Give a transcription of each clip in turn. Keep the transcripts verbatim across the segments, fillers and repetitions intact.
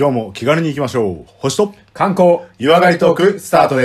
今日も気軽に行きましょう。星と観光湯上がりトークスタートです。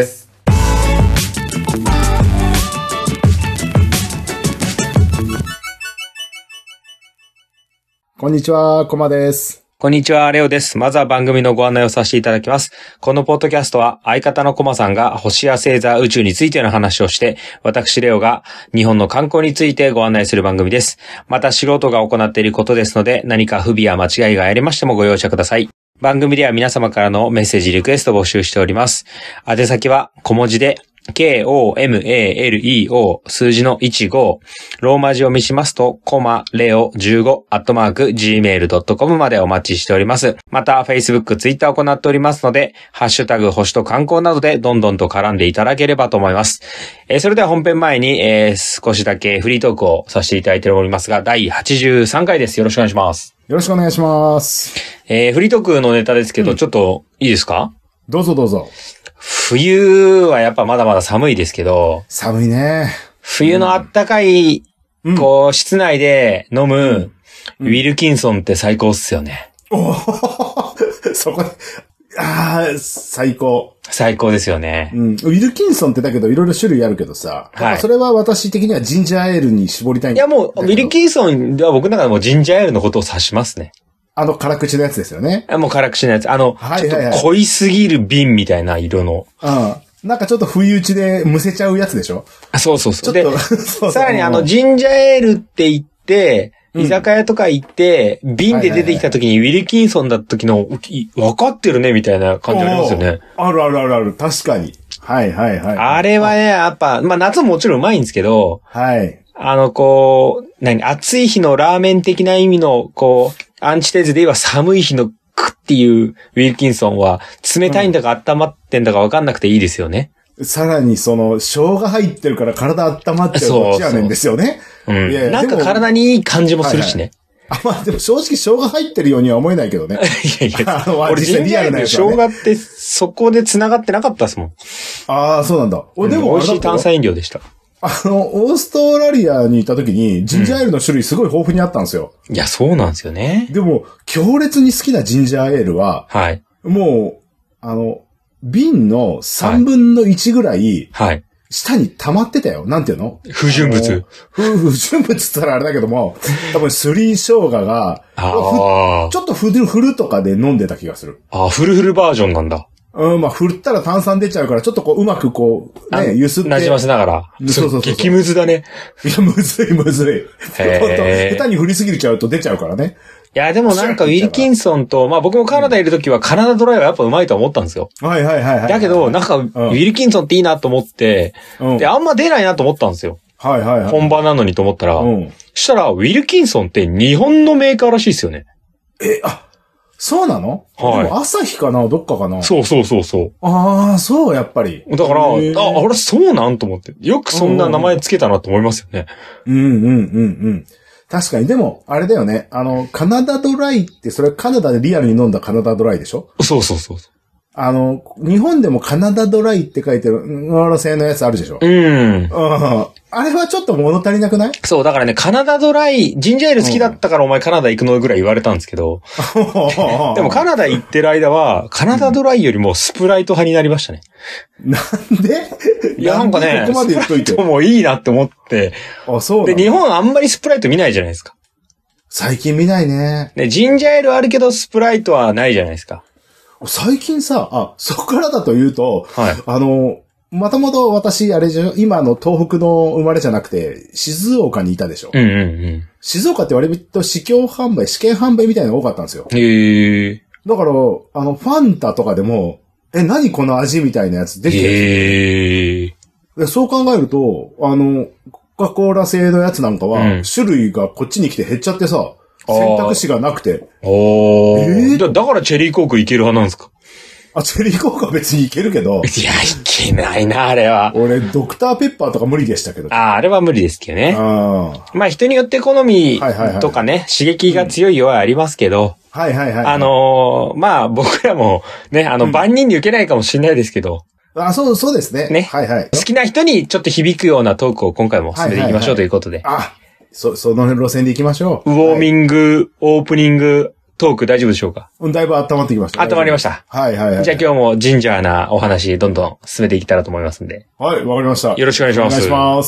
こんにちは、コマです。 こんにちは、レオです。まずは番組のご案内をさせていただきます。このポッドキャストは相方のコマさんが星や星座、宇宙についての話をして、私レオが日本の観光についてご案内する番組です。また素人が行っていることですので、何か不備や間違いがありましてもご容赦ください。番組では皆様からのメッセージリクエストを募集しております。宛先は小文字でケーオーエムエーエルイーオー 数字のじゅうご、ローマ字を見しますと、コマレオじゅうごアットマーク ジーメールドットコム までお待ちしております。また、Facebook、Twitter を行っておりますので、ハッシュタグ星と観光などでどんどんと絡んでいただければと思います。えー、それでは本編前に、えー、少しだけフリートークをさせていただいておりますが、だいはちじゅうさんかいです。よろしくお願いします。 よろしくお願いします。 えー、フリートークのネタですけど、うん、ちょっといいですか？ どうぞどうぞ。 冬はやっぱまだまだ寒いですけど。 寒いね。 冬のあったかい、うん、こう、室内で飲む、うん、ウィルキンソンって最高っすよね。 おーそこで、ああ、最高。 最高ですよね。 うん。ウィルキンソンってだけどいろいろ種類あるけどさ。はい。それは私的にはジンジャーエールに絞りたいんだいやもう、ウィルキンソンは僕の中でもジンジャーエールのことを指しますね。 あの辛口のやつですよね。 もう辛口のやつ。あの、はいはいはい、ちょっと濃いすぎる瓶みたいな色の。 うん。なんかちょっと不意打ちでむせちゃうやつでしょ？ あ、そうそうそう。 ちょっとそうそうさらにあの、ジンジャーエールって言って、居酒屋とか行って、うん、瓶で出てきた時にウィルキンソンだった時の、分かってるねみたいな感じありますよね。 あるあるあるある。確かに。はいはいはい。 あれはね、やっぱ、まあ夏ももちろんうまいんですけど、 はい。 あの、こう、何、暑い日のラーメン的な意味の、こう、アンチテーゼで言えば寒い日のクっていうウィルキンソンは冷たいんだか温まってんだか分かんなくていいですよね。 うん、さらにその生姜入ってるから体温まっちゃうどっちやねんですよね。 そうそううん。いやいやなんか体にいい感じもするしね。 はいはい、あ、まあでも正直生姜入ってるようには思えないけどね。 いやいや、あの俺実際リアルなやつ、ね、生姜ってそこで繋がってなかったですもん。 ああ、そうなんだ。 俺でも、うん、美味しい炭酸飲料でした。 あの、オーストラリアにいた時に、ジンジャーエールの種類すごい豊富にあったんですよ。 うん、いや、そうなんですよね。 でも、強烈に好きなジンジャーエールは、はい。もう、あの、瓶のさんぶんのいちぐらい、はい。下に溜まってたよ。なんていうの？ 不純物。 不、不純物って言ったらあれだけども、多分スリー生姜が、 あちょっとフルフルとかで飲んでた気がする。 ああ、フルフルバージョンなんだ。 うん、まあ、振ったら炭酸出ちゃうから、ちょっとこう、うまくこう、ね、ゆすって。 馴染ませながら。 そうそうそう。 激ムズだね。 いや、むずいむずい。へー。下手に振りすぎちゃうと出ちゃうからね。 いや、でもなんかウィルキンソンと、まあ僕もカナダいるときはカナダドライはやっぱうまいと思ったんですよ。 はいはいはいはい。 だけど、なんか、ウィルキンソンっていいなと思って、うん、で、あんま出ないなと思ったんですよ。 はいはいはい。 本場なのにと思ったら、うん、したら、ウィルキンソンって日本のメーカーらしいですよね。 え、あ、そうなの？はい。でも朝日かなどっかかなそうそうそうそう。 ああ、そう、やっぱり。 だから、あ、あれそうなんと思って。よくそんな名前つけたなと思いますよね。 うんうんうんうん。確かに。でも、あれだよね。あの、カナダドライって、それカナダでリアルに飲んだカナダドライでしょ？ そうそうそう。 あの、日本でもカナダドライって書いてる、ノアロ製のやつあるでしょ？ うん。 うん。あれはちょっと物足りなくない？ そう、だからね、カナダドライ、ジンジャーエール好きだったからお前カナダ行くのぐらい言われたんですけど。でもカナダ行ってる間は、カナダドライよりもスプライト派になりましたね。 なんで？ いや、なんかね、 ここまで言っといて。 スプライトもいいなって思って。 あ、そうで、日本あんまりスプライト見ないじゃないですか。 最近見ないね。 ね、ジンジャーエールあるけどスプライトはないじゃないですか。 最近さ、あ、そこからだと言うと、 はい。 あの、またまた私、あれじゃ、今の東北の生まれじゃなくて、静岡にいたでしょ。 うんうんうん。 静岡って割と試供販売、試験販売みたいなのが多かったんですよ。 へー。 だから、あの、ファンタとかでも、え、何この味みたいなやつ出てきてる。 へー。 でそう考えると、あの、コカ・コーラ製のやつなんかは、うん、種類がこっちに来て減っちゃってさ、選択肢がなくて。 おー。えー、だ, だからチェリーコークいける派なんですか？ あ、チェリーコークは別にいけるけど。 いや、いけないな、あれは。 俺、ドクターペッパーとか無理でしたけど。 ああ、あれは無理ですけどね。あまあ、人によって好みとかね、はいはいはい、刺激が強いよはありますけど。 はいはいはい。 あのー、まあ、僕らもね、あの、万人に受けないかもしれないですけど。 うん、あ、そう、そうですね。 ね。 はいはい。 好きな人にちょっと響くようなトークを今回も進めていきましょうということで。 はいはいはい、あ、そ、その路線で行きましょう。 ウォーミング、はい、オープニング、 トーク大丈夫でしょうか？ だいぶ温まってきました。 温まりました。 はいはいはい。 じゃあ今日もジンジャーなお話、どんどん進めていけたらと思いますんで。 はい、わかりました。 よろしくお願いします。 お願いします。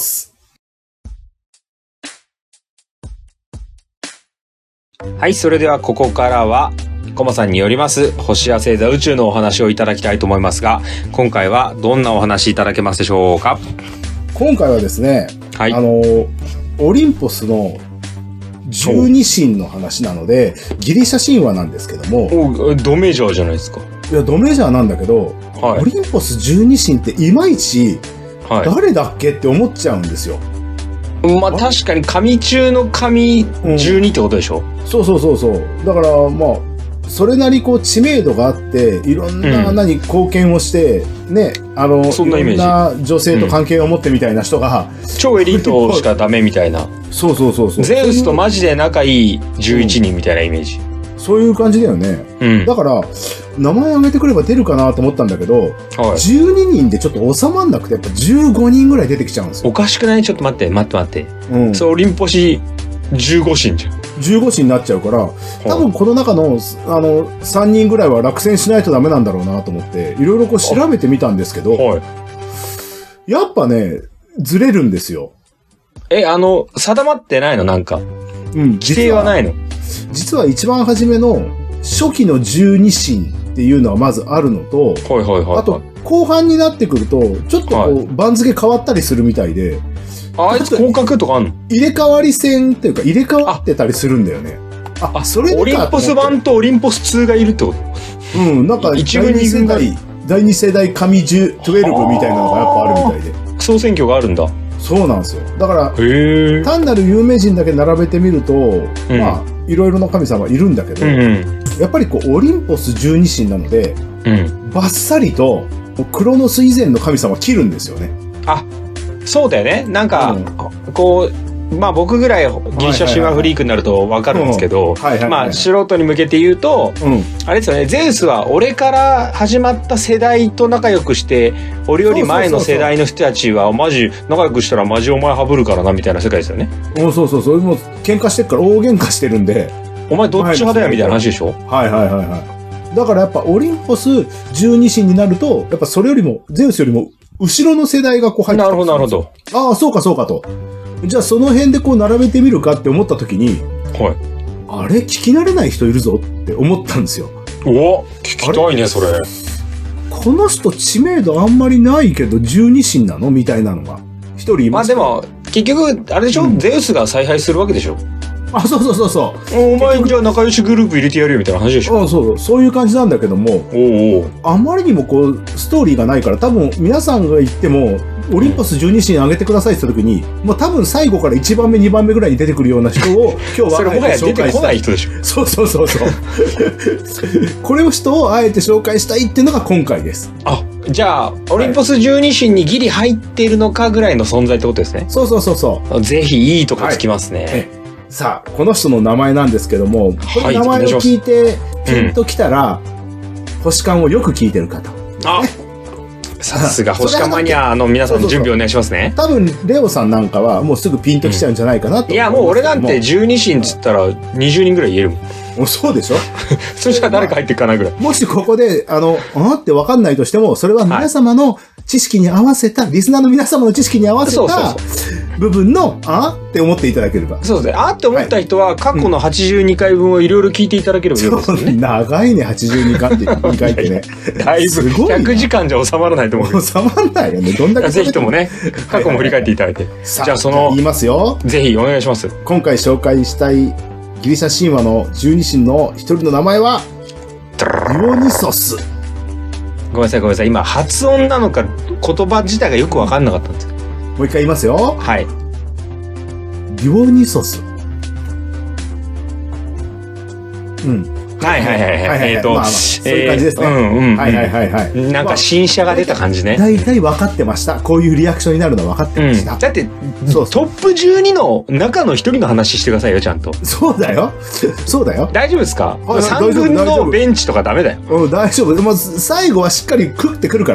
はい、それではここからは、コマさんによります、星や星座宇宙のお話をいただきたいと思いますが、今回はどんなお話いただけますでしょうか？ 今回はですね、はい、あの、オリンポスの十二神の話なので、ギリシャ神話なんですけども。 お、ドメジャーじゃないですか。 いや、ドメジャーなんだけど、はい、オリンポス十二神っていまいち、誰だっけって思っちゃうんですよ。 まあ確かに神中の神じゅうにってことでしょ、 うん、そうそうそうそう。だからまあ、それなりこう知名度があって、いろんな何貢献をして、うん、ね、あの、 そんなイメージ。 いろんな女性と関係を持ってみたいな人が、 うん、超エリートしかダメみたいな。 そうそうそうそう。 ゼウスとマジで仲いいじゅういちにんみたいなイメージ。 うん、そういう感じだよね。うん。だから、名前挙げてくれば出るかなと思ったんだけど、はい、じゅうににんでちょっと収まんなくて、やっぱじゅうごにんぐらい出てきちゃうんですよ。 おかしくない？ちょっと待って、待って待って。うん。そう、オリンポシじゅうご神じゃん。 じゅうご神になっちゃうから、多分この中の、あの、さんにんぐらいは落選しないとダメなんだろうなと思って、いろいろこう調べてみたんですけど、はい、やっぱね、ずれるんですよ。 え、あの、定まってないの？なんか。うん。規定はないの？ 実は一番初めの初期のじゅうに神っていうのはまずあるのと、はいはいはいはい、あと後半になってくると、ちょっとこう、番付変わったりするみたいで、 あいつ降格とかあんの？ 入れ替わり戦っていうか入れ替わってたりするんだよね。 あ、あそれオリンポスワンとオリンポスツーがいるってこと？ うん、なんか第二世代、第二世代神じゅうにみたいなのがやっぱあるみたいで。 総選挙があるんだ。 そうなんですよ。だから、単なる有名人だけ並べてみると、うん、まあ、いろいろな神様いるんだけど、うんうん、やっぱりこう、オリンポスじゅうに神なので、うん、バッサリと、クロノス以前の神様を切るんですよね。 あ、そうだよね。なんか、うん、こう、まあ僕ぐらいギリシャ神話フリークになるとわかるんですけど、まあ素人に向けて言うと、うん、あれですよね、ゼウスは俺から始まった世代と仲良くして、俺より前の世代の人たちはマジ仲良くしたらマジお前ハブるからなみたいな世界ですよね。 そうそうそう、それも喧嘩してるから大喧嘩してるんで。 お前どっち派だよみたいな話でしょ？ はいはいはいはい。だからやっぱオリンポスじゅうに神になると、やっぱそれよりも、ゼウスよりも後ろの世代がこう入ってくる。 なるほどなるほど。 ああ、そうかそうかと。じゃあその辺でこう並べてみるかって思った時に、はい。あれ聞き慣れない人いるぞって思ったんですよ。 お、聞きたいね、それ。 この人知名度あんまりないけどじゅうに神なのみたいなのが一人います。 まあでも、結局、あれでしょ、うん、ゼウスが采配するわけでしょ。 あ、そうそうそうそう。 お前じゃあ仲良しグループ入れてやるよみたいな話でしょ。 あ、そうそう。そういう感じなんだけども、おうおう、あまりにもこう、ストーリーがないから、多分皆さんが言っても、オリンポスじゅうに神上げてくださいって言った時に、もう多分最後からいちばんめ、にばんめぐらいに出てくるような人を、今日はそれもはや出てこない人でしょ。 そうそうそうそう。これを人をあえて紹介したいっていうのが今回です。 あ、じゃあ、オリンポスじゅうに神にギリ入っているのかぐらいの存在ってことですね。 そうそうそうそう。 ぜひいいとこつきますね。はい、 さあ、この人の名前なんですけども、この名前を聞いて、ピンときたら、うん、星間をよく聞いてる方。 あ、ね、さすが星間マニアの皆さん準備お願いしますね。 多分、レオさんなんかはもうすぐピンときちゃうんじゃないかなと、うん。 いや、もう俺なんてじゅうに神つったらにじゅうにんぐらい言えるもん。 もうそうでしょそしたら誰か入っていかないぐらい。 もしここで、あの、あって分かんないとしても、それは皆様の知識に合わせた、はい、リスナーの皆様の知識に合わせた部分の、あって思っていただければ。 そうですね。あって思った人は、過去のはちじゅうにかいぶんをいろいろ聞いていただければいいですね。 長いね、はちじゅうにかいって、にかいってね。 だいぶ、ひゃくじかんじゃ収まらないと思うけど。 収まらないよね。どんだけ。 ぜひともね、過去も振り返っていただいて。はいはいはい、じゃあその、 言いますよ。 ぜひお願いします。 今回紹介したい、ギリシャ神話の十二神の一人の名前は、ディオニソス。 ごめんなさいごめんなさい。今、発音なのか言葉自体がよくわかんなかったんです。 もう一回言いますよ。 はい。 ディオニソス。うん。 はいはいはいはい。えっと、 そういう感じですね。うんうん。はいはいはいはい。 なんか新車が出た感じね。 だいたい分かってました。こういうリアクションになるの分かってました。 だって、トップじゅうにの中の一人の話してくださいよ、ちゃんと。 そうだよ。そうだよ。 大丈夫ですか？さんぶんのベンチとかダメだよ。 うん、大丈夫。もう最後はしっかり食ってくるから。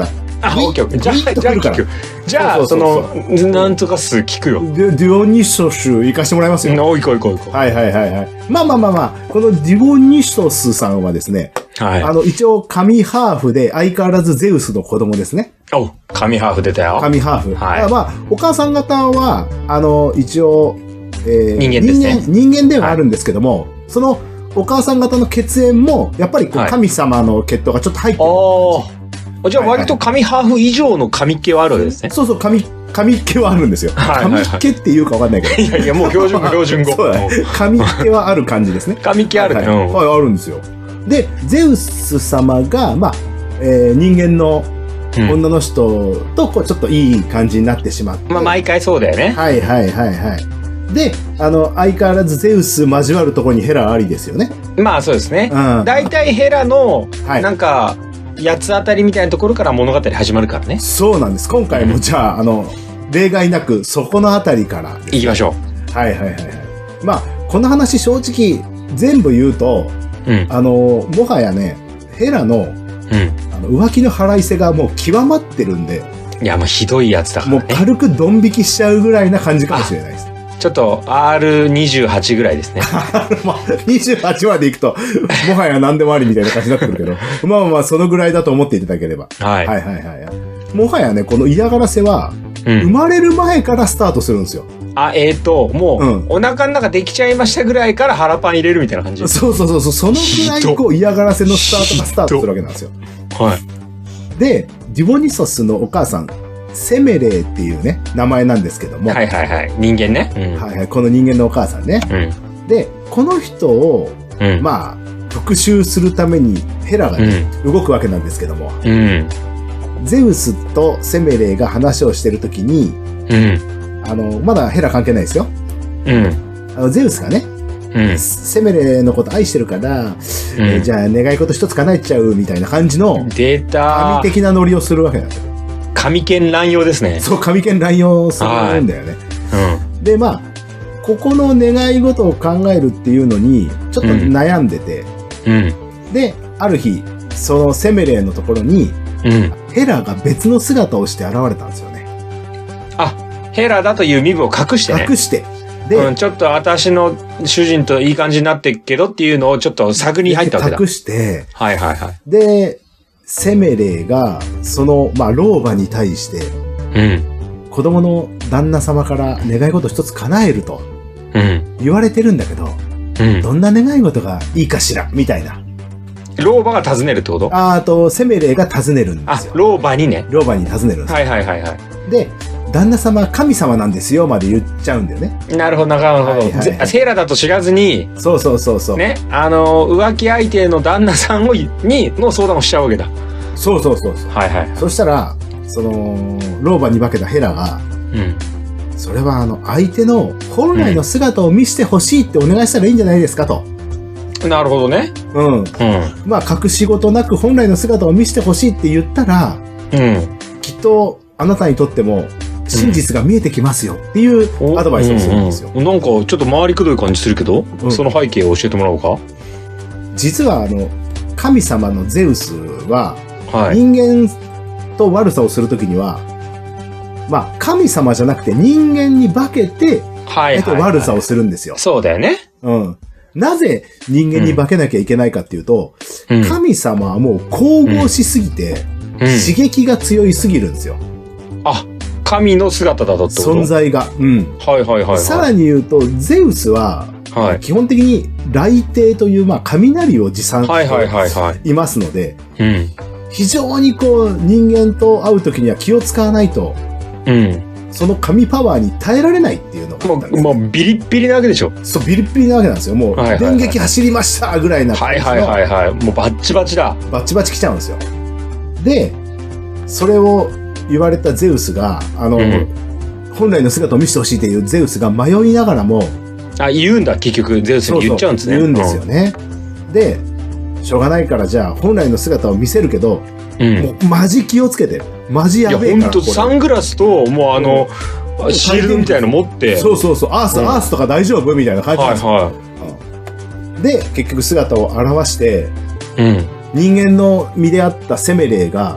あ、オッケーオッケー。じゃあ、じゃあ聞く。じゃあ、その、なんとか数聞くよ。 デディオニソス行かしてもらいますよ。 お、行こう行こう行こう。 はいはいはいはい。まあまあまあまあ、このディオニソスさんはですね、はい。あの、一応、神ハーフで相変わらずゼウスの子供ですね。 お、神ハーフ出たよ。 神ハーフ。はい。まあ、お母さん方は、あの、一応、えー、 人間ですね。 人間、人間ではあるんですけども、はい、その、お母さん方の血縁も、やっぱりこう、神様の血統がちょっと入ってる。 はい、じゃあ割と神ハーフ以上の神気はあるわけですね。 そうそう、神、神気はあるんですよ。はいはいはい、神気っていうかわかんないけど。 いやいや、もう標準語、標準語。 そうだね。神気はある感じですね。 神気あるね、 はいはい。はい、あるんですよ。で、ゼウス様が、まあ、えー、人間の女の人と、こう、ちょっといい感じになってしまって。 まあ、毎回そうだよね。 はいはいはいはい。で、あの、相変わらずゼウス交わるところにヘラありですよね。 まあそうですね。大体、うん、ヘラの、なんか、八つ当たりみたいなところから物語始まるからね。 そうなんです。今回もじゃあ、うん、あの、例外なく、そこのあたりから、ね。 行きましょう。はいはいはいはい。まあ、この話正直、全部言うと、うん、あの、もはやね、ヘラの、うん、あの浮気の腹いせがもう極まってるんで。 いや、もうひどいやつだからね。 もう軽くドン引きしちゃうぐらいな感じかもしれないです。 ちょっと アールにじゅうはち ぐらいですね。 まあ、にじゅうはちまでいくと、もはや何でもありみたいな感じになってくるけど、まあまあ、そのぐらいだと思っていただければ。はい。はいはいはい。もはやね、この嫌がらせは、うん、生まれる前からスタートするんですよ。 あ、えっ、ー、と、もう、うん、お腹の中できちゃいましたぐらいから腹パン入れるみたいな感じ。 そうそうそうそう、そのぐらいこう嫌がらせのスタートがスタートするわけなんですよ。 はい。 で、ディボニソスのお母さん、セメレーっていうね、名前なんですけども。 はいはいはい。人間ね。 うん、はいはい。この人間のお母さんね。うん、で、この人を、うん、まあ、復讐するためにヘラが、ねうん、動くわけなんですけども。うん、ゼウスとセメレーが話をしてるときに、うん、あの、まだヘラ関係ないですよ。うん、あのゼウスがね、うん、セメレーのこと愛してるから、うんえー、じゃあ願い事一つ叶えちゃうみたいな感じの、 出た神的なノリをするわけなんですよ。 神権乱用ですね。 そう、神権乱用するんだよね。うん、で、まあ、ここの願い事を考えるっていうのに、ちょっと悩んでて、うん、で、ある日、そのセメレーのところに、うん、ヘラが別の姿をして現れたんですよね。 あ、ヘラだという身分を隠してね。 隠して。 で、うん、ちょっと私の主人といい感じになってるけどっていうのをちょっと探りに入ったわけだ。 隠して、 はいはいはい。 で、セメレーが、その、まあ、老婆に対して、うん、子供の旦那様から願い事一つ叶えると、うん、言われてるんだけど、うん、どんな願い事がいいかしらみたいな。 老婆が尋ねるってこと？ ああと、セメレーが尋ねるんですよ。 あ、老婆にね。 老婆に尋ねるんですよ。 はいはいはいはい。 で、旦那様は神様なんですよまで言っちゃうんだよね。 なるほど、なるほど。はいはいはい、セーラだと知らずに、 そうそうそうそう。 ね、あの、浮気相手の旦那さんをに、の相談をしちゃうわけだ。 そうそうそうそう。 はいはい。 そしたら、その、老婆に化けたヘラが、うん。それはあの、相手の本来の姿を見せてほしいってお願いしたらいいんじゃないですかと。 うん、なるほどね。 うん。うん。まあ、隠し事なく本来の姿を見せてほしいって言ったら、うん。きっと、あなたにとっても、真実が見えてきますよっていうアドバイスをするんですよ。 うんうんうん、なんかちょっと回りくどい感じするけど、うん、その背景を教えてもらおうか。 実はあの神様のゼウスは、はい、人間と悪さをするときには、まあ神様じゃなくて人間に化けて、はいはいはい、悪さをするんですよ。 そうだよね。 うん。なぜ人間に化けなきゃいけないかっていうと、うん、神様はもう神々しすぎて、うん、刺激が強いすぎるんですよ。 あ、神の姿だとってこと？ 存在が。うん。 はいはいはい、はい。 さらに言うと、ゼウスは、はい、基本的に雷帝という、まあ、雷を持参していますので、うん、非常にこう、人間と会うときには気を使わないと、うん、その神パワーに耐えられないっていうのがあったんです。 もう、もうビリッビリなわけでしょ？ そう、ビリッビリなわけなんですよ。もう、はいはいはい、電撃走りましたぐらいな感じの。 はいはいはいはい。もうバッチバチだ。 バッチバチ来ちゃうんですよ。で、それを、言われたゼウスが、あの、うん、本来の姿を見せてほしいというゼウスが迷いながらも、 あ、言うんだ、結局、ゼウスに言っちゃうんですね。 そうそう言うんですよね。うん、で、しょうがないからじゃあ、本来の姿を見せるけど、うん、もう、マジ気をつけて、マジやべえから。いや、 ほんと、サングラスと、もうあの、うん、シールドみたいなの持って。 そうそうそう、アース、うん、アースとか大丈夫みたいな感じなんですよ。はいはい。うん、で、結局姿を現して、うん、人間の身であったセメレーが、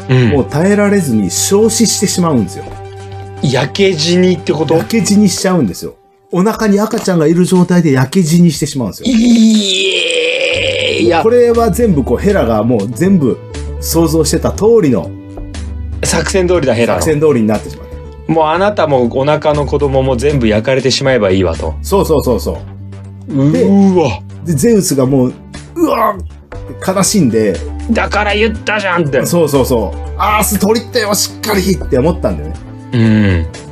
うん、もう耐えられずに焼死してしまうんですよ。 焼け死にってこと？ 焼け死にしちゃうんですよ。お腹に赤ちゃんがいる状態で焼け死にしてしまうんですよ。 いえいや。 これは全部こうヘラがもう全部想像してた通りの作戦通りだ、ヘラの。 作戦通りになってしまう。 もうあなたもお腹の子供も全部焼かれてしまえばいいわと。 そうそうそうそう。 で、うわ。 で、ゼウスがもう、うわって悲しんで。 だから言ったじゃんって。 そうそうそう。アース取りってよ、しっかりって思ったんだよね。うん。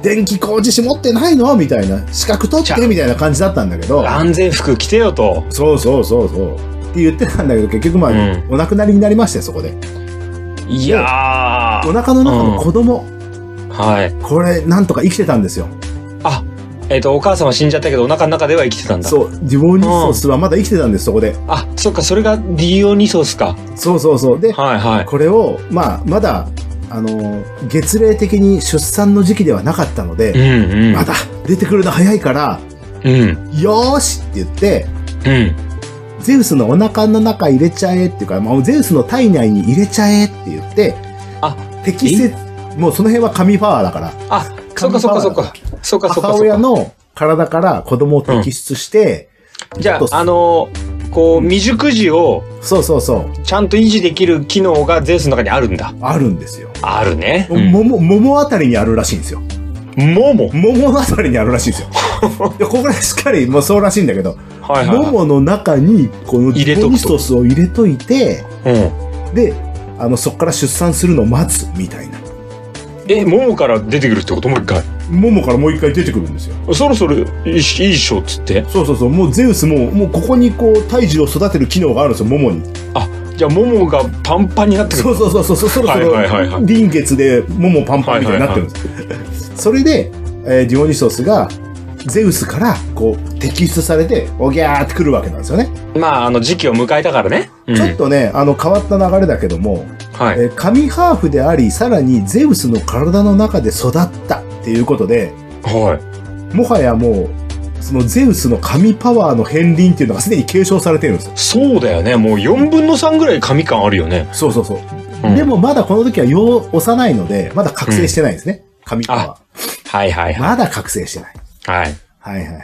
電気工事士持ってないのみたいな。資格取ってみたいな感じだったんだけど。 安全服着てよと。 そうそうそうそう。って言ってたんだけど、結局まあ、うん、お亡くなりになりまして、そこで。 いやー。 お腹の中の子供。うんはい。 これ、なんとか生きてたんですよ。 あ、えっと、お母さんは死んじゃったけど、お腹の中では生きてたんだ。 そう。ディオニソスはまだ生きてたんです、そこで。 あ、そっか、それがディオニソスか。 そうそうそう。で、 はいはい。 これを、まあ、まだ、あの、月齢的に出産の時期ではなかったので、うんうん、まだ出てくるの早いから、うん、よーしって言って、うん、ゼウスのお腹の中入れちゃえっていうか、まあ、ゼウスの体内に入れちゃえって言って、あ、適切、もうその辺は神パワーだから。 あ、そっかそっかそっか。そっかそっか。 母親の体から子供を摘出して、 うん、じゃあ、あのー、こう、未熟児を、 そうそうそう。 ちゃんと維持できる機能がゼウスの中にあるんだ。 あるんですよ。 あるね。 うん、桃、桃あたりにあるらしいんですよ。 桃桃あたりにあるらしいんですよ。でここでしっかり、もうそうらしいんだけど、はいはいはい、桃の中に、このディオニソスを入れといて、うん、で、あの、そこから出産するのを待つ、みたいな。 え、桃から出てくるってこと？もう一回。 桃からもう一回出てくるんですよ。 そろそろいいっしょっつって。 そうそうそう。もうゼウスも、もうここにこう、胎児を育てる機能があるんですよ、桃に。 あ、じゃあ桃がパンパンになってくる。 そうそうそうそう。そろそろ、臨月で桃パンパンみたいになってるんです。はいはいはい、それで、えー、ディオニソスが、ゼウスから、こう、摘出されて、おぎゃーってくるわけなんですよね。 まあ、あの、時期を迎えたからね。 うん、ちょっとね、あの、変わった流れだけども、はい。えー、神ハーフであり、さらにゼウスの体の中で育ったっていうことで、はい。もはやもう、そのゼウスの神パワーの片鱗っていうのがすでに継承されてるんですよ。 そうだよね。もうよんぶんのさんぐらい神感あるよね。 そうそうそう。うん、でもまだこの時はよう幼いので、まだ覚醒してないんですね。うん、神パワー。 はいはいはい。 まだ覚醒してない。 はい。 はいはいはい。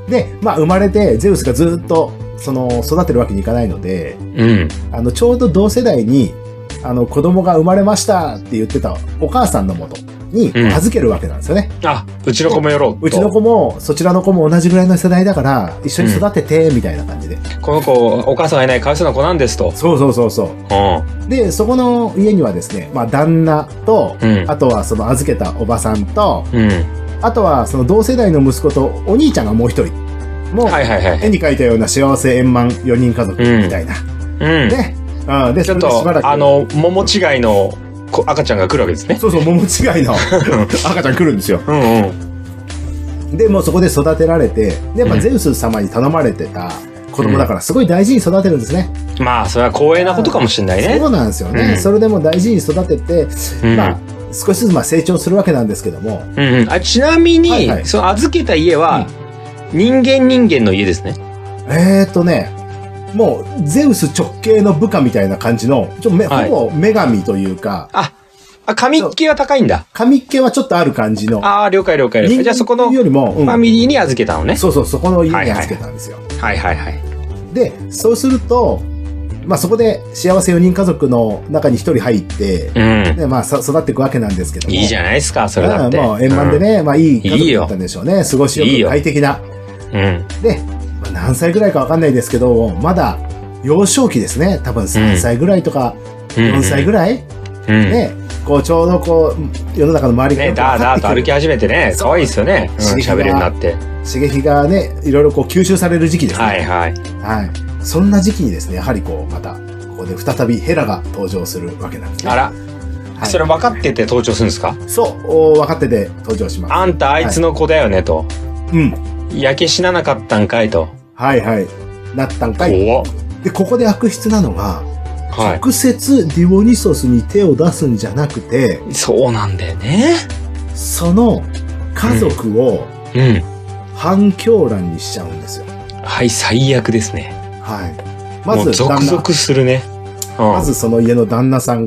で、まあ生まれてゼウスがずっと、その、育てるわけにいかないので、うん。あの、ちょうど同世代に、あの、子供が生まれましたって言ってたお母さんのもとに預けるわけなんですよね。 うん、あ、うちの子もやろう。 うちの子も、そちらの子も同じぐらいの世代だから、一緒に育てて、みたいな感じで、うん。 この子、お母さんがいないかわいそうな子なんですと。 そうそうそうそう。うん、で、そこの家にはですね、まあ旦那と、うん、あとはその預けたおばさんと、うん、あとはその同世代の息子とお兄ちゃんがもう一人。もう、はいはいはい、絵に描いたような幸せ円満よにん家族みたいな。うん。で、あでちょっと、あの、桃違いの赤ちゃんが来るわけですね。 そうそう、桃違いの赤ちゃん来るんですよ。うんうん。で、もうそこで育てられて、で、まあ、ゼウス様に頼まれてた子供だから、すごい大事に育てるんですね。 うん、まあ、それは光栄なことかもしれないね。 そうなんですよね。うん、それでも大事に育てて、うん、まあ、少しずつまあ成長するわけなんですけども。 うんうん、あちなみに、はいはい、その預けた家は、うん、人間人間の家ですね。 えーっとね、もう、ゼウス直系の部下みたいな感じの、ちょめ、はい、ほぼ女神というか。 あ、あ、神っ気は高いんだ。 神っ気はちょっとある感じの。 ああ、了解了解了解。じゃあそこの、よりも、ファミリーに預けたのね。 そうそう、そこの家に預けたんですよ。 はいはいはい。 で、そうすると、まあそこで幸せよにん家族の中にひとり入って、うん。で、まあ育っていくわけなんですけども。 いいじゃないですか、それだって。 もう円満でね、うん、まあいい家族だったんでしょうね。過ごしよく快適な。うん。で、まあ、何歳ぐらいかわかんないですけど、まだ幼少期ですね。多分さんさいぐらいとか、うん、よんさいぐらい、うん、ね、こうちょうどこう、世の中の周りがね、ダーダーと歩き始めてね、可愛いですよね。喋、うん、るようになって。 刺激がね、いろいろこう吸収される時期ですね。 はいはい。 はい。そんな時期にですね、やはりこう、また、ここで再びヘラが登場するわけなんですね。 あら。はい、それ分かってて登場するんですか？ そう、分かってて登場します。 あんたあいつの子だよね、と。うん。焼け死ななかったんかいと。 はいはい。なったんかい。で、ここで悪質なのが、はい、直接ディオニソスに手を出すんじゃなくて、 そうなんだよね。 その家族を、うん。うん、反響欄にしちゃうんですよ。 はい、最悪ですね。 はい。 まず、ゾクゾクするね。 うん、まずその家の旦那さんが、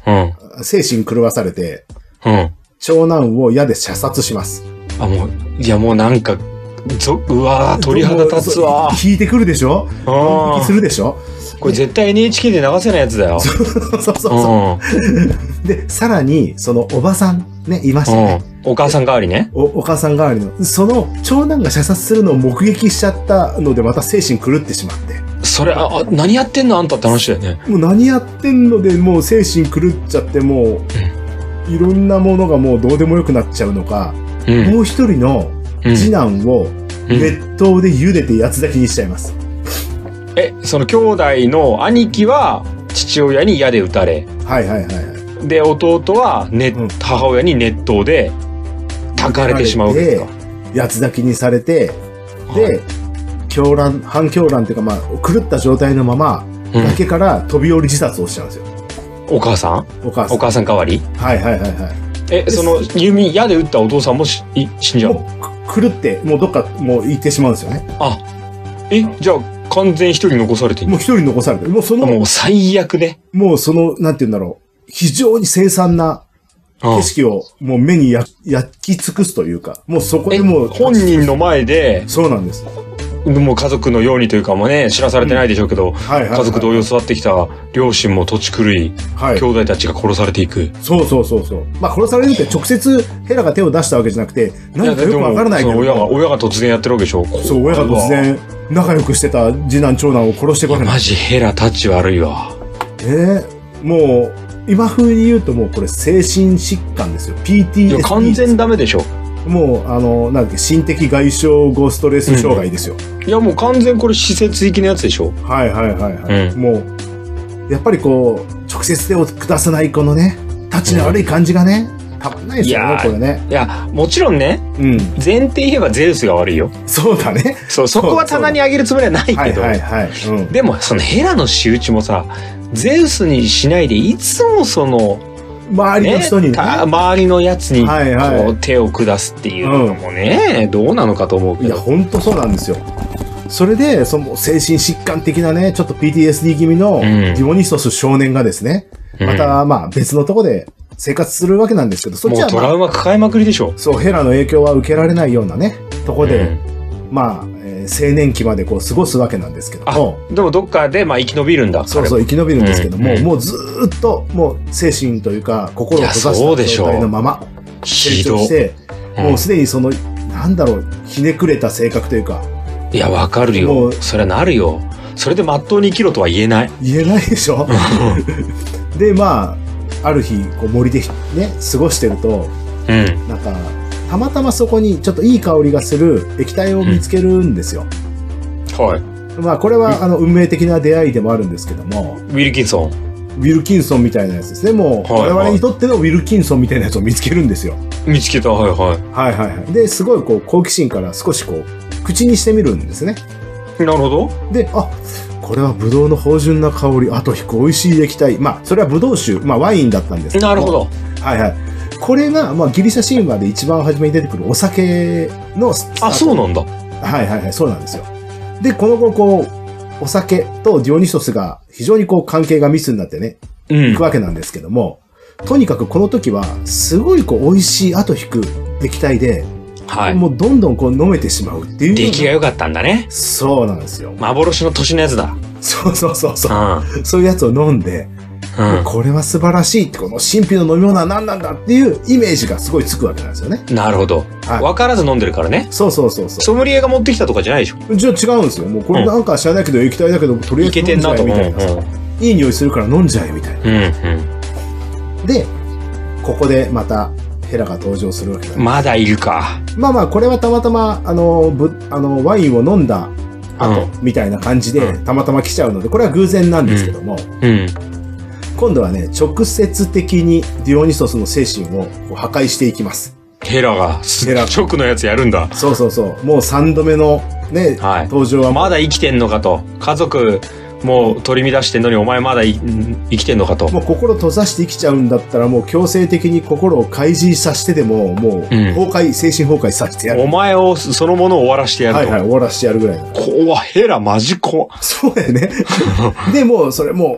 うん。 精神狂わされて、 うん。 長男を矢で射殺します。 あ、もう、いやもうなんか、ぞ、うわー、鳥肌立つわー。 引いてくるでしょ？ ああ。 するでしょ？ これ絶対 エヌエイチケー で流せないやつだよ。 そうそうそう。うん、で、さらに、そのおばさん、ね、いましたね。 うん、お母さん代わりね。 お、お母さん代わりの。その、長男が射殺するのを目撃しちゃったので、また精神狂ってしまって。 それ、あ、あ何やってんのあんたって話だよね。 もう何やってんので、もう精神狂っちゃって、もう、うん、いろんなものがもうどうでもよくなっちゃうのか、うん、もう一人の次男を熱湯で茹でて八つ咲きにしちゃいます。 うん、え、その兄弟の兄貴は父親に矢で撃たれ。 はいはいはいはい。 で、弟は、ね、うん、母親に熱湯で炊かれてしまうわけですか。 八つ咲きにされて、で、はい、狂乱、反狂乱っていうか、まあ、狂った状態のまま、崖から飛び降り自殺をしちゃうんですよ。 お母さんお母さん。 お母さん代わりはいはいはいはい。 え、その、弓、矢で撃ったお父さんもし死んじゃう？ もう、狂って、もうどっか、もう行ってしまうんですよね。 あ、え、じゃあ、完全一人残されていい？ もう一人残されて、もうその、 もう最悪ね。 もうその、なんて言うんだろう。非常に凄惨な景色をもう目に焼き尽くすというか、もうそこでもう。 本人の前で。 そうなんです。 もう家族のようにというかもね、知らされてないでしょうけど、うんはいはいはい、家族同様育ってきた両親も土地狂い、はい、兄弟たちが殺されていく。 そうそうそうそう。まあ殺されるって直接ヘラが手を出したわけじゃなくて、何かよくわからないけど。 親が、親が突然やってるわけでしょ。 そう、親が突然仲良くしてた次男長男を殺してくる。 マジヘラタッチ悪いわ。 えー、もう、今風に言うともうこれ精神疾患ですよ。ピーティーエスディー。いや、 完全ダメでしょ。 もう、あの、なんだっけ、心的外傷後ストレス障害ですよ。 うん、いや、もう完全これ施設域のやつでしょ。 はいはいはいはい。うん、もう、やっぱりこう、直接手を下さないこのね、タッチの悪い感じがね、うん、たまんないですよね、これね。 いや、もちろんね、うん、前提言えばゼウスが悪いよ。 そうだね。 そう、そこは棚にあげるつもりはないけど。はいはいはい。うん、 でも、そのヘラの仕打ちもさ、ゼウスにしないで、いつもその、 周りの人にね、ね周りのやつにこう手を下すっていうのもね、うん、どうなのかと思うけど。 いや、ほんとそうなんですよ。それで、その精神疾患的なね、ちょっと ピーティーエスディー 気味のディオニソス少年がですね、うん、また、まあ別のとこで生活するわけなんですけど、そっちは、 まあ、もうトラウマ抱えまくりでしょ。 そう、ヘラの影響は受けられないようなね、とこで、うん、まあ、青年期までこう過ごすわけなんですけども。 でもどっかでまあ生き延びるんだ。 そうそう、生き延びるんですけども、うんうん、もうずーっともう精神というか心を閉ざした状態のまま成長して、もうすでにその、なんだろう、ひねくれた性格というか。 いや、わかるよ。それはなるよ。それでまっとうに生きろとは言えない。 言えないでしょで、まあ、ある日、こう森でね、過ごしてると、うん、なんか、たまたまそこにちょっといい香りがする液体を見つけるんですよ。 うん、はい。 まあこれはあの運命的な出会いでもあるんですけども。 ウィルキンソン。 ウィルキンソンみたいなやつですね。もう、はいはい、我々にとってのウィルキンソンみたいなやつを見つけるんですよ。 見つけた、はいはい。 はいはいはい。で、すごいこう好奇心から少しこう、口にしてみるんですね。 なるほど。 で、あ、これはブドウの芳醇な香り、後引く美味しい液体。まあそれはブドウ酒、まあワインだったんですけど。 なるほど。 はいはい。これが、まあ、ギリシャ神話で一番初めに出てくるお酒のスタート。 あ、そうなんだ。 はいはいはい、そうなんですよ。で、この後、こう、お酒とディオニソスが非常にこう関係が密になってね、うん、いくわけなんですけども、とにかくこの時は、すごいこう、美味しい後引く液体で、はい。もうどんどんこう飲めてしまうっていう。 出来が良かったんだね。 そうなんですよ。 幻の年のやつだ。 そうそうそうそう。うん、そういうやつを飲んで、うん、これは素晴らしいって、この神秘の飲み物は何なんだっていうイメージがすごいつくわけなんですよね。 なるほど。はい、分からず飲んでるからね。 そうそうそうそう。 ソムリエが持ってきたとかじゃないでしょ。 じゃあ違うんですよ。もうこれなんか知らないけど液体だけど、とりあえず飲んじゃえみたいなさ、うんうん。いい匂いするから飲んじゃえみたいな。うんうん、で、ここでまたヘラが登場するわけなんです。 まだいるか。 まあまあ、これはたまたま、あの、ぶあのワインを飲んだ後、みたいな感じで、たまたま来ちゃうので、これは偶然なんですけども、うんうん、今度はね、直接的にディオニソスの精神を破壊していきます。 ヘラが、ヘラ直のやつやるんだ。 そうそうそう。もう三度目のね、はい、登場は。 まだ生きてんのかと。家族、もう取り乱してんのにお前まだ生きてんのかと。 もう心閉ざして生きちゃうんだったらもう強制的に心を開示させてでも、もう崩壊、うん、精神崩壊させてやる。 お前を、そのものを終わらしてやると。 はいはい、終わらしてやるぐらい。 怖ヘラマジ怖。 そうだよね。で、もうそれもう、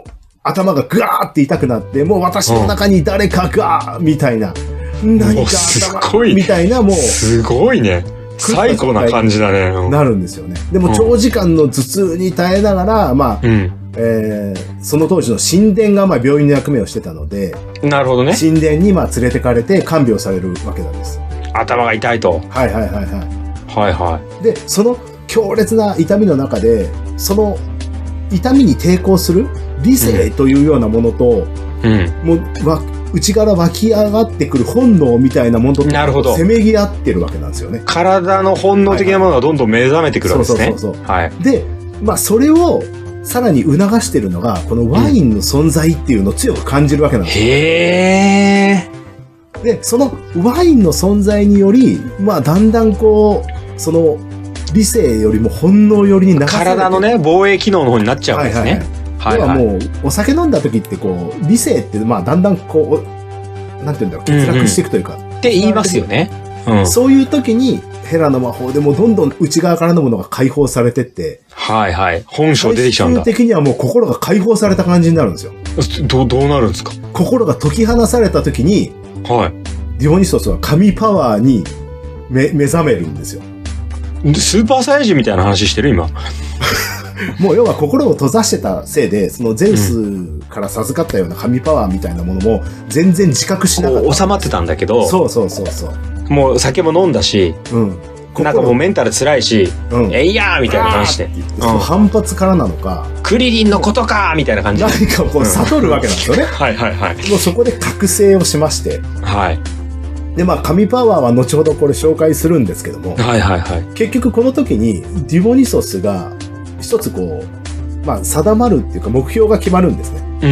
頭がグワーって痛くなって、もう私の中に誰かが、みたいな。何か頭みたいな、もう。 すごいね。最高な感じだね。 なるんですよね。でも長時間の頭痛に耐えながら、まあ、うん、えー、その当時の神殿がまあ病院の役目をしてたので、 なるほどね。 神殿にまあ連れてかれて看病されるわけなんです。 頭が痛いと。 はいはいはいはい。 はいはい。 で、その強烈な痛みの中で、その痛みに抵抗する理性というようなものと、うん、もうわ内から湧き上がってくる本能みたいなものとせめぎ合ってるわけなんですよね。 体の本能的なものがどんどん目覚めてくるわけですね。そうそうそうそう。はい。 で、まあそれをさらに促してるのが、このワインの存在っていうのを強く感じるわけなんですよ。 へー。で、そのワインの存在により、まあだんだんこう、その理性よりも本能寄りに流されて体のね、防衛機能の方になっちゃうんですね。はいはいはい要はもう、お酒飲んだ時ってこう、理性って、まあ、だんだんこう、なんていうんだろう、欠落していくというか。 うんうん、って言いますよね。 うん、そういう時に、ヘラの魔法でもうどんどん内側からのものが解放されてって。 はいはい。本性出てきちゃうんだ。 最終的にはもう心が解放された感じになるんですよ。 どう、どうなるんですか？ 心が解き放された時に、はい。ディオニソスは神パワーに目、目覚めるんですよ。 スーパーサイヤ人みたいな話してる今。 もう要は心を閉ざしてたせいで、そのゼウスから授かったような神パワーみたいなものも全然自覚しなかった。 収まってたんだけど。 そうそうそうそう。 もう酒も飲んだし、うん。なんかもうメンタル辛いし、うん、えいやーみたいな話で。 うん、反発からなのか。 クリリンのことかーみたいな感じで。 何かこう悟るわけなんですよね。 はいはいはい。 もうそこで覚醒をしまして。はい。で、まあ、神パワーは後ほどこれ紹介するんですけども。 はいはいはい。 結局この時にディオニソスが、一つこう、まあ、定まるっていうか目標が決まるんですね。うん。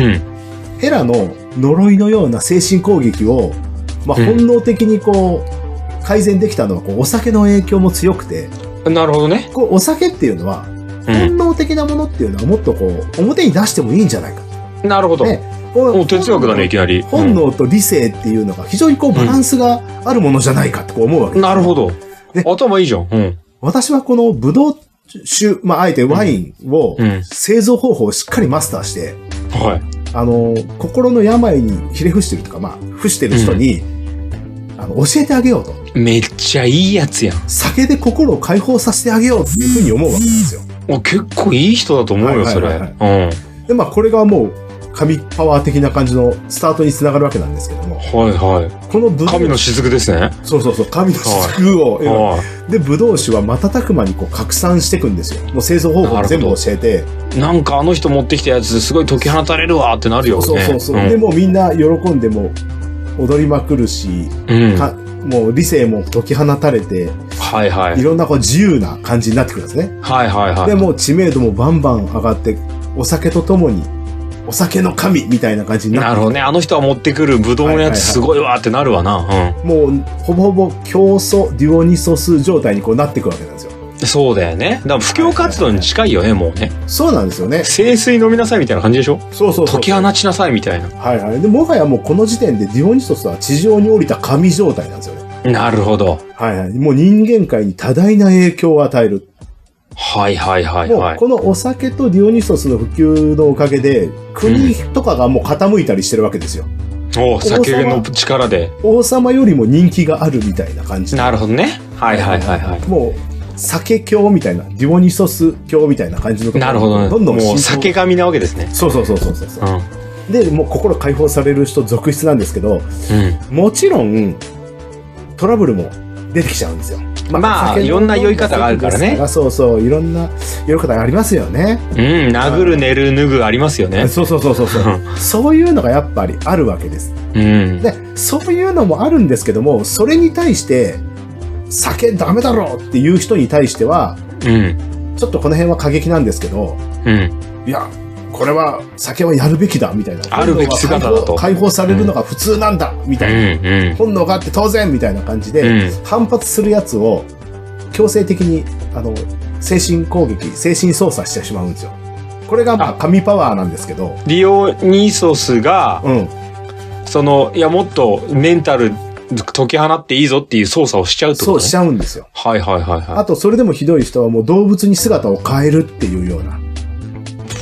ヘラの呪いのような精神攻撃を、まあ、本能的にこう、うん、改善できたのは、こう、お酒の影響も強くて。 なるほどね。 こう、お酒っていうのは、本能的なものっていうのはもっとこう、表に出してもいいんじゃないか。 なるほど。ね。もう哲学だね、いきなり。 本能と理性っていうのが非常にこう、バランスがあるものじゃないかってこう思うわけです、 うん。なるほど。頭いいじゃん。うん。 私はこのブドウ酒、まあ、あえてワインを、製造方法をしっかりマスターして、うん、はい。あの、心の病にひれ伏してるとか、まあ、伏してる人に、うん、あの、教えてあげようと。 めっちゃいいやつやん。 酒で心を解放させてあげようっていうふうに思うわけなんですよ。 あ、結構いい人だと思うよ、それ。うん。 で、まあ、これがもう、神パワー的な感じのスタートにつながるわけなんですけども。 はいはい。 このブドウ神の雫ですね。 そうそうそう、神の雫を。はい、で、ブドウ酒は瞬く間にこう拡散していくんですよ。もう製造方法全部教えて。 なんかあの人持ってきたやつすごい解き放たれるわってなるよね。 そうそうそう。うん、で、もうみんな喜んでも踊りまくるし、うん、かもう理性も解き放たれて、はいはい。いろんなこう自由な感じになってくるんですね。はいはいはい。で、もう知名度もバンバン上がって、お酒とともに、お酒の神みたいな感じになって。 なるほどね。あの人は持ってくるブドウのやつすごいわってなるわな。はいはいはいうん、もう、ほぼほぼ教祖デュオニソス状態にこうなっていくわけなんですよ。 そうだよね。だから布教活動に近いよね、はいはいはい、もうね。 そうなんですよね。 聖水飲みなさいみたいな感じでしょ？ そうそうそう。 解き放ちなさいみたいな。 はいはい。で、もはやもうこの時点でデュオニソスは地上に降りた神状態なんですよね。 なるほど。 はいはい。もう人間界に多大な影響を与える。 はいはいはいはい。 もうこのお酒とディオニソスの普及のおかげで、国とかがもう傾いたりしてるわけですよ。 うん、お酒の力で。 王様よりも人気があるみたいな感じ。 なるほどね。はいはいはいはい。 もう、酒教みたいな、デュオニソス教みたいな感じのところ。 なるほどね。 どんどんもう酒神なわけですね。 そうそうそうそうそう、うん。で、もう心解放される人続出なんですけど、うん、もちろん、トラブルも出てきちゃうんですよ。 まあ、まあ、いろんな酔い方があるからね。 そうそう、いろんな酔い方がありますよね。 うん、殴る、寝る、脱ぐありますよね。 そうそうそうそう。そういうのがやっぱりあるわけです。うん。で、そういうのもあるんですけども、それに対して、酒ダメだろっていう人に対しては、うん。ちょっとこの辺は過激なんですけど、うん。いや、これは酒はやるべきだみたいな。 あるべき姿だと。 解放されるのが普通なんだみたいな。うんうん、本能があって当然みたいな感じで、うん、反発するやつを強制的に、あの、精神攻撃、精神操作してしまうんですよ。これがまあ神パワーなんですけど。 ディオニソスが、うん、その、いやもっとメンタル解き放っていいぞっていう操作をしちゃうってことね。 そうしちゃうんですよ。 はいはいはいはい。 あとそれでもひどい人はもう動物に姿を変えるっていうような。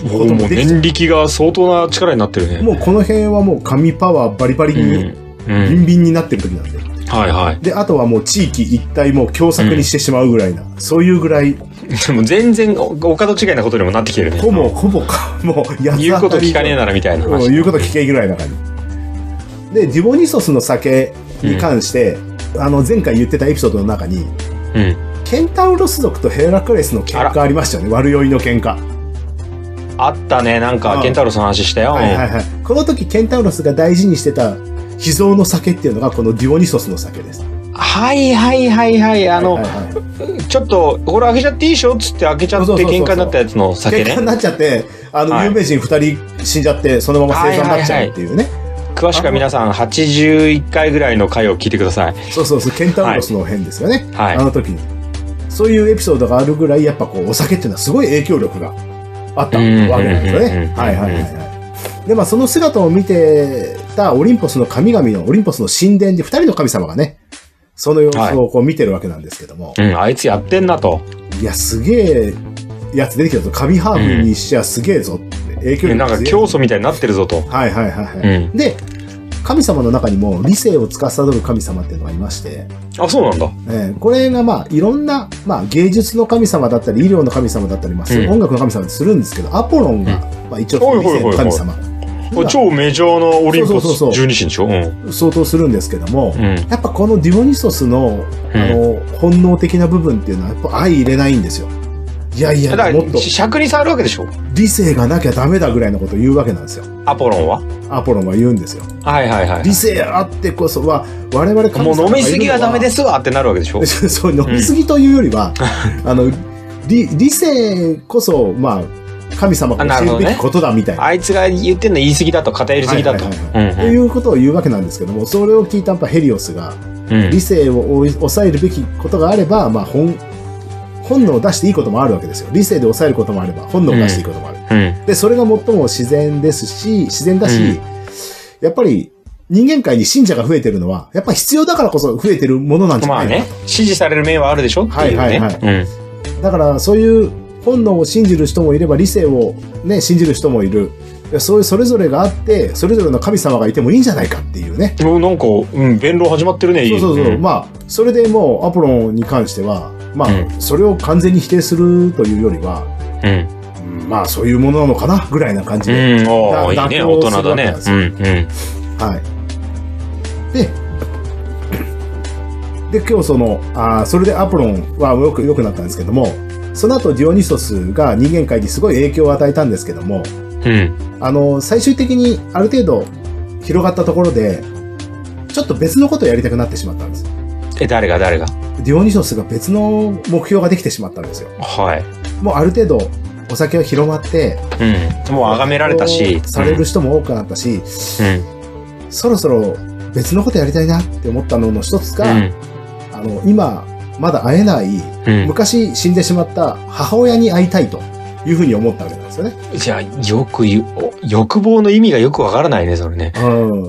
こともできちゃう。 もう念力が相当な力になってるね。 もうこの辺はもう神パワーバリバリに、うんうん、ビンビンになってる時なんで。 はいはい。 で、あとはもう地域一体もう共作にしてしまうぐらいな、うん、そういうぐらい。 でも全然お門違いなことにもなってきてるね。 ほぼ、ほぼか、もう、 やつ言うこと聞かねえならみたいな話。 言うこと聞けぐらいな感じ。で、ディボニソスの酒に関して、うん、あの、前回言ってたエピソードの中に、うん、ケンタウロス族とヘラクレスの喧嘩ありましたよね。悪酔いの喧嘩。 あったね。なんか、ケンタウロスの話したよ。 はいはいはい。この時、ケンタウロスが大事にしてた秘蔵の酒っていうのが、このディオニソスの酒です。 はいはいはいはい。あの、はいはいはい、ちょっと、これ開けちゃっていいでしょっつって開けちゃって喧嘩になったやつの酒ね。 喧嘩になっちゃって、あの、はい、有名人二人死んじゃって、そのまま生産になっちゃうっていうね。はいはいはい詳しくは皆さんはちじゅういっかいぐらいの回を聞いてください。 そうそうそう、ケンタウロスの変ですよね。はい。あの時に。そういうエピソードがあるぐらい、やっぱこう、お酒っていうのはすごい影響力があったわけなんですよね。はいはいはいはい。で、まあその姿を見てたオリンポスの神々の、オリンポスの神殿で二人の神様がね、その様子をこう見てるわけなんですけども。 はい、うん、あいつやってんなと。 いや、すげえやつ出てきたぞ。神ハーフにしちゃすげえぞって。影響力なんか教祖みたいになってるぞと。 はいはいはいはい。うん、で、神様の中にも理性を司る神様っていうのがいまして。 あ、そうなんだ。 えー、これがまあいろんな、まあ芸術の神様だったり、医療の神様だったり、まあ、うん、音楽の神様するんですけど、アポロンが、うん、まあ一応理性の神様。 超メジャーなオリンポス十二神でしょ。 相当するんですけども、うん、やっぱこのディオニソスの、あの、うん、本能的な部分っていうのはやっぱ相入れないんですよ。いやいや、 もっと。尺に触るわけでしょ。 理性がなきゃダメだぐらいのことを言うわけなんですよ。 アポロンはアポロンは言うんですよ。 はいはいはい。 理性あってこそは、我々神様もう飲みすぎはダメですわってなるわけでしょ。 そう、飲みすぎというよりは、うん、あの、理、理性こそ、まあ、神様が教えるべきことだみたいな。 あ, な、ね、あいつが言ってんの言い過ぎだと、偏りすぎだと。 ということを言うわけなんですけども、それを聞いたやっぱヘリオスが、うん、理性を抑えるべきことがあれば、まあ、本、本能を出していいこともあるわけですよ。理性で抑えることもあれば、本能を出していいこともある。うん、で、それが最も自然ですし、自然だし、うん、やっぱり人間界に信者が増えてるのは、やっぱり必要だからこそ増えてるものなんじゃないかな。まあね、 支持される面はあるでしょっていうね。はいはいはい。 うん、だから、そういう本能を信じる人もいれば、理性をね、信じる人もいる。そういうそれぞれがあって、それぞれの神様がいてもいいんじゃないかっていうね。 もうなんか、うん、弁論始まってるね、 そうそうそう。うん、まあ、それでもうアポロンに関しては、まあ、うん、それを完全に否定するというよりは、うん、まあ、そういうものなのかなぐらいな感じで。 うん、おー、いいね、大人だね。うん、うん。 はい。で、で、今日その、あそれでアポロンはよく、良くなったんですけども、その後ディオニソスが人間界にすごい影響を与えたんですけども、うん、あの、最終的にある程度広がったところで、ちょっと別のことをやりたくなってしまったんです。 え、誰が誰がディオニソスが別の目標ができてしまったんですよ。 はい。 もうある程度お酒が広まって、 うん。もう崇められたし。 される人も多くなったし、うん。そろそろ別のことやりたいなって思ったのの一つが、うん、あの、今、まだ会えない、うん、昔死んでしまった母親に会いたいというふうに思ったわけなんですよね。 じゃあ、よく言う、欲望の意味がよくわからないね、それね。 うん。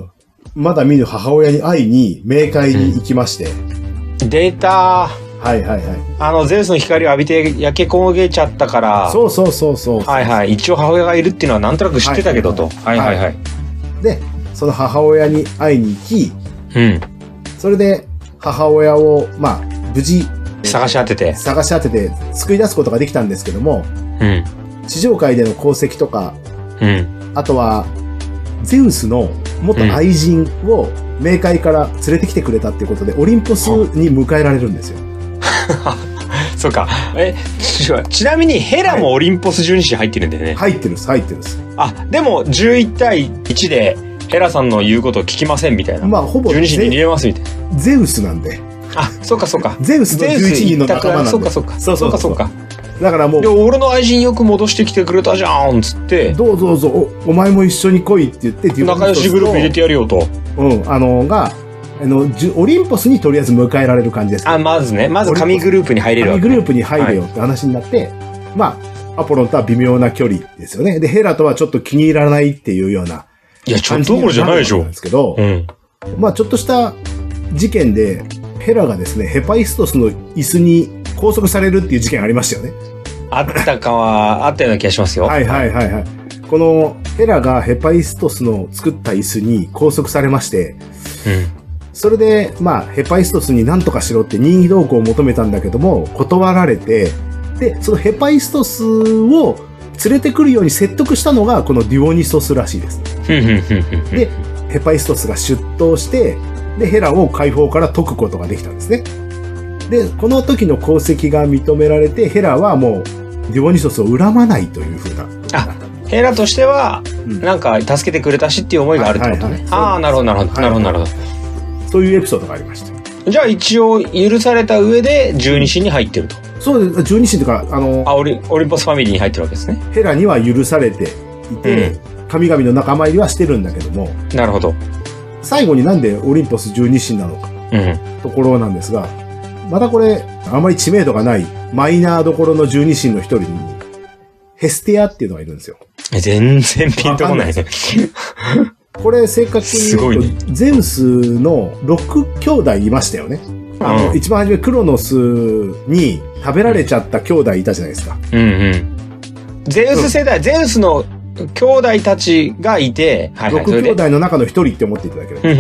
まだ見ぬ母親に会いに、冥界に行きまして。 うん、出たー。はいはいはい。 あの、ゼウスの光を浴びて焼け焦げちゃったから。 そうそうそうそう。 はいはい。一応母親がいるっていうのはなんとなく知ってたけどと。はいはいはい。はいはいはい、 で、その母親に会いに行き、 うん。 それで、母親を、まあ、無事、 探し当てて。 探し当てて、救い出すことができたんですけども、 うん。 地上界での功績とか、 うん。 あとは、ゼウスの元愛人を冥界から連れてきてくれたっていうことで、オリンポスに迎えられるんですよ。 そうか。え、ちなみにヘラもオリンポス十二神入ってるんだよね。 入ってるんです、入ってるんです。 あ、でもじゅういち対いちでヘラさんの言うことを聞きませんみたいな。 まあ、ほぼ。 十二神に入れますみたいな。 ゼウスなんで。 あ、そうかそうか。 ゼウスとじゅういちにんの仲間なんで。 そうかそうか。そうそうかそうか。 だからもう。 で、俺の愛人よく戻してきてくれたじゃんつって。 どうぞどうぞ、お、お前も一緒に来いって言って、 仲良しグループ入れてやるよと。 うん、あの、が、あの、オリンポスにとりあえず迎えられる感じです。 あ、まずね。まず神グループに入れるわけ、ね。 神グループに入れよって話になって、はい、まあ、アポロンとは微妙な距離ですよね。で、ヘラとはちょっと気に入らないっていうような。 いや、ちょっとどころじゃないでしょ。 ですけど、うん、まあ、ちょっとした事件で、ヘラがですね、ヘパイストスの椅子に拘束されるっていう事件ありましたよね。 あったかは、あったような気がしますよ。 はいはいはいはい。このヘラがヘパイストスの作った椅子に拘束されまして、うん、それで、まあ、ヘパイストスに何とかしろって任意同行を求めたんだけども、断られて、で、そのヘパイストスを連れてくるように説得したのが、このデュオニソスらしいです。で、ヘパイストスが出頭して、で、ヘラを解放から解くことができたんですね。で、この時の功績が認められて、ヘラはもう、デュオニソスを恨まないというふうな。 あ、ヘラとしては、なんか、助けてくれたしっていう思いがあるってことね。ああ、なるほど、なるほど、なるほど、なるほど。 そういうエピソードがありました。 じゃあ、一応、許された上で、十二神に入ってると。 そうです。十二神というか、あの、 あ、オリ、オリンポスファミリーに入ってるわけですね。 ヘラには許されていて、うん、神々の仲間入りはしてるんだけども。 なるほど。 最後になんでオリンポス十二神なのか、うん、ところなんですが、またこれ、あまり知名度がないマイナーどころの十二神の一人に、ヘステアっていうのがいるんですよ。 全然ピンとこないね。 これ、正確に言うと、ね、ゼウスのろく兄弟いましたよね。あの、うん、一番初めクロノスに食べられちゃった兄弟いたじゃないですか。 うんうん。ゼウス世代、うん、ゼウスの兄弟たちがいて、 はいはい、ろく兄弟の中の一人って思っていただければ、うん。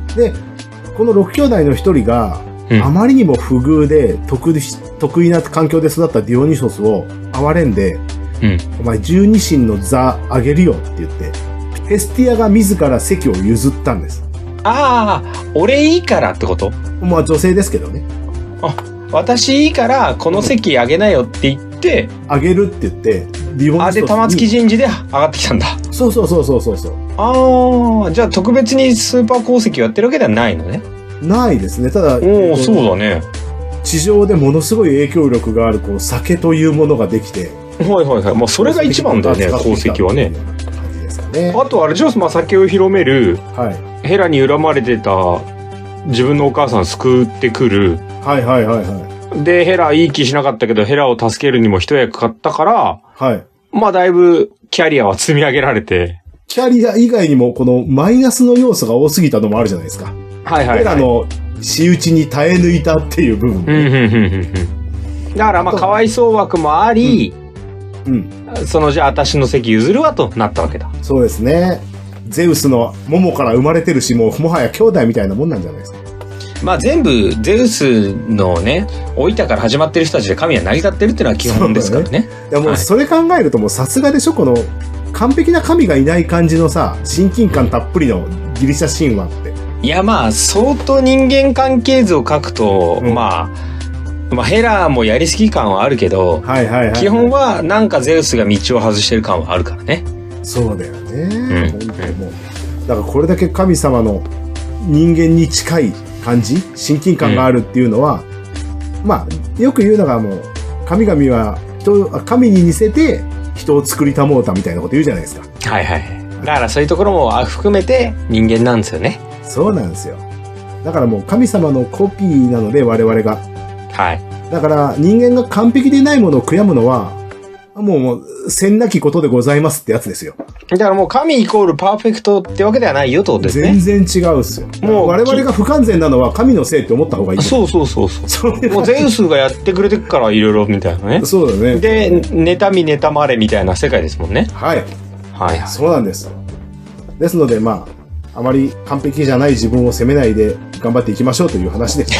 で、このろく兄弟の一人が、うん、あまりにも不遇で得得意な環境で育ったディオニソスを憐れんで、うん、お前十二神の座あげるよって言って、ヘスティアが自ら席を譲ったんです。 ああ、俺いいからってこと？ まあ女性ですけどね。 あ、私いいからこの席あげなよって言って、 あげるって言って、 ディオニソスに。あ、で、玉突き人事で上がってきたんだ。 そうそうそうそうそうそう。 ああ、じゃあ特別にスーパー功績をやってるわけではないのね。 ないですね。ただ、 おお、そうだね。 地上でものすごい影響力がある、こう、酒というものができて。 はいはいはい。まあ、それが一番だよね、功績はね。感じですかね。あと、あれ、ジョース、まあ、酒を広める、はい、ヘラに恨まれてた自分のお母さん救ってくる。 はいはいはいはい。 で、ヘラいい気しなかったけど、ヘラを助けるにも一役買ったから、 はい。 まあ、だいぶ、キャリアは積み上げられて。 キャリア以外にも、このマイナスの要素が多すぎたのもあるじゃないですか。 はいはいはい。 ヘラの仕打ちに耐え抜いたっていう部分、 ね。だからまあ、かわいそう枠もあり、うん。うん、そのじゃあ私の席譲るわとなったわけだ。 そうですね。ゼウスの桃から生まれてるし、もうもはや兄弟みたいなもんなんじゃないですか。 まあ全部、ゼウスのね、老いたから始まってる人たちで神は成り立ってるっていうのは基本ですからね。ねいやもうそれ考えるともうさすがでしょ、この完璧な神がいない感じのさ、親近感たっぷりのギリシャ神話って。 いやまあ相当人間関係図を書くと、うん、まあ、まあヘラもやりすぎ感はあるけど、 はいはいはいはい、 基本はなんかゼウスが道を外してる感はあるからね。 そうだよね。うん、本当にもうだからこれだけ神様の人間に近い感じ、親近感があるっていうのは、うん、まあよく言うのがもう神々は人神に似せて人を作りたもうたみたいなこと言うじゃないですか。 はいはい。だからそういうところも含めて人間なんですよね。 そうなんですよ。だからもう神様のコピーなので我々が。 はい。 だから人間が完璧でないものを悔やむのは、もう、もう、せんなきことでございますってやつですよ。 だからもう神イコールパーフェクトってわけではないよってことですね。 全然違うっすよ。もう我々が不完全なのは神のせいって思った方がいい。 そうそうそうそう。もうゼウスがやってくれてるからいろいろみたいなね。 そうだね。 で、妬み妬まれみたいな世界ですもんね。 はい。 はい。 そうなんです。ですので、まあ、あまり完璧じゃない自分を責めないで頑張っていきましょうという話です。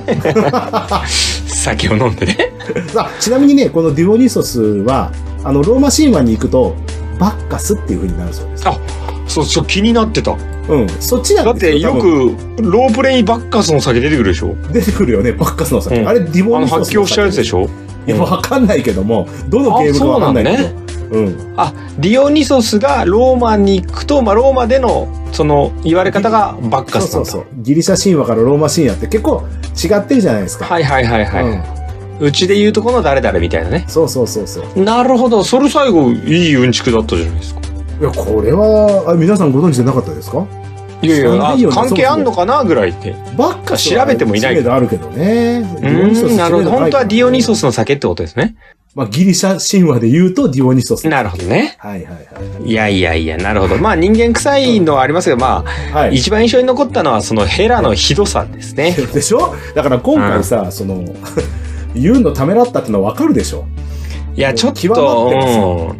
酒を飲んでね。 あ、ちなみにね、このデュオニソスは、あの、ローマ神話に行くと、バッカスっていう風になるそうです。 あ、そう、そう、気になってた。 うん、そっちなんですよ。 だってよく、ロープレイにバッカスの酒出てくるでしょ？ 出てくるよね、バッカスの酒。うん、あれ、ディオニソスの酒。あの、 発狂しちゃうやつでしょ？ いや、わかんないけども、どのゲームかわかんないけど。そうなんね。うん。 あ、ディオニソスがローマに行くと、まあ、ローマでの、その、言われ方がバッカスなんだ。そうそうそう。 ギリシャ神話からローマ神話って結構違ってるじゃないですか。 はいはいはいはい。うんうちで言うとこの誰々みたいなね。 そうそうそうそう。 なるほど。それ最後、いいうんちくだったじゃないですか。 いや、これは、あ、皆さんご存知でなかったですか？ いやいや、いい関係あんのかなぐらいって。 ばっか調べてもいない。 知名度あるけどね。 うん、なるほど。本当はディオニソスの酒ってことですね。 まあ、ギリシャ神話で言うとディオニソス。 なるほどね。 はいはいはい。 いやいやいや、なるほど。まあ、人間臭いのはありますけど、まあ、はい、一番印象に残ったのは、そのヘラのひどさですね。 でしょ？だから今回さ、うん、その、言うのためらったってのはわかるでしょ？ いや、ちょっと、うん、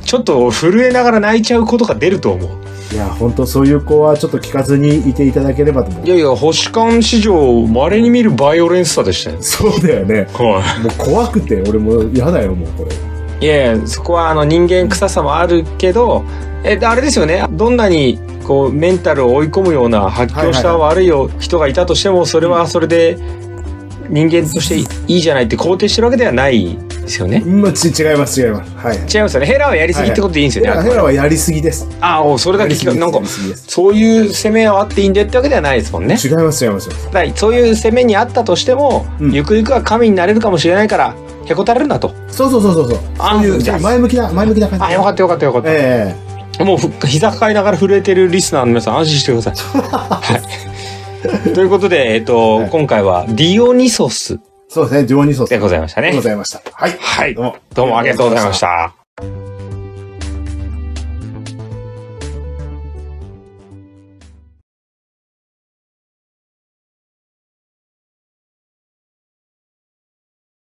ちょっと震えながら泣いちゃうことが出ると思う。 いや、本当そういう子はちょっと聞かずにいていただければと思う。 いやいや、星間史上、稀に見るバイオレンスさでしたよ。 そうだよね。はい。もう怖くて、俺も嫌だよ、もうこれ。 いやいや、そこはあの人間臭さもあるけど、え、あれですよね。どんなに、こう、メンタルを追い込むような発狂した悪い人がいたとしても、それはそれで、人間としていいじゃないって肯定してるわけではないですよね。 うん、ち違います、違います。はい。 違いますよね。ヘラはやりすぎってことでいいんですよね。 はいはい、ヘラはやりすぎです。 ああ、それだけ聞く。なんか、そういう攻めはあっていいんでってわけではないですもんね。 違います、違います。 だからそういう攻めにあったとしても、うん、ゆくゆくは神になれるかもしれないから、へこたれるなと。 そうそうそうそう。そういう前向きな、前向きな感じ。 あ、よかったよかったよかった。ええー。もう、膝抱えながら震えてるリスナーの皆さん安心してください。はい。ということで、えっと、はい、今回はディオニソス。 そうですね、ディオニソス。 でございましたね。 でございました。はい。 はい。どうも、どうもありがとうございました。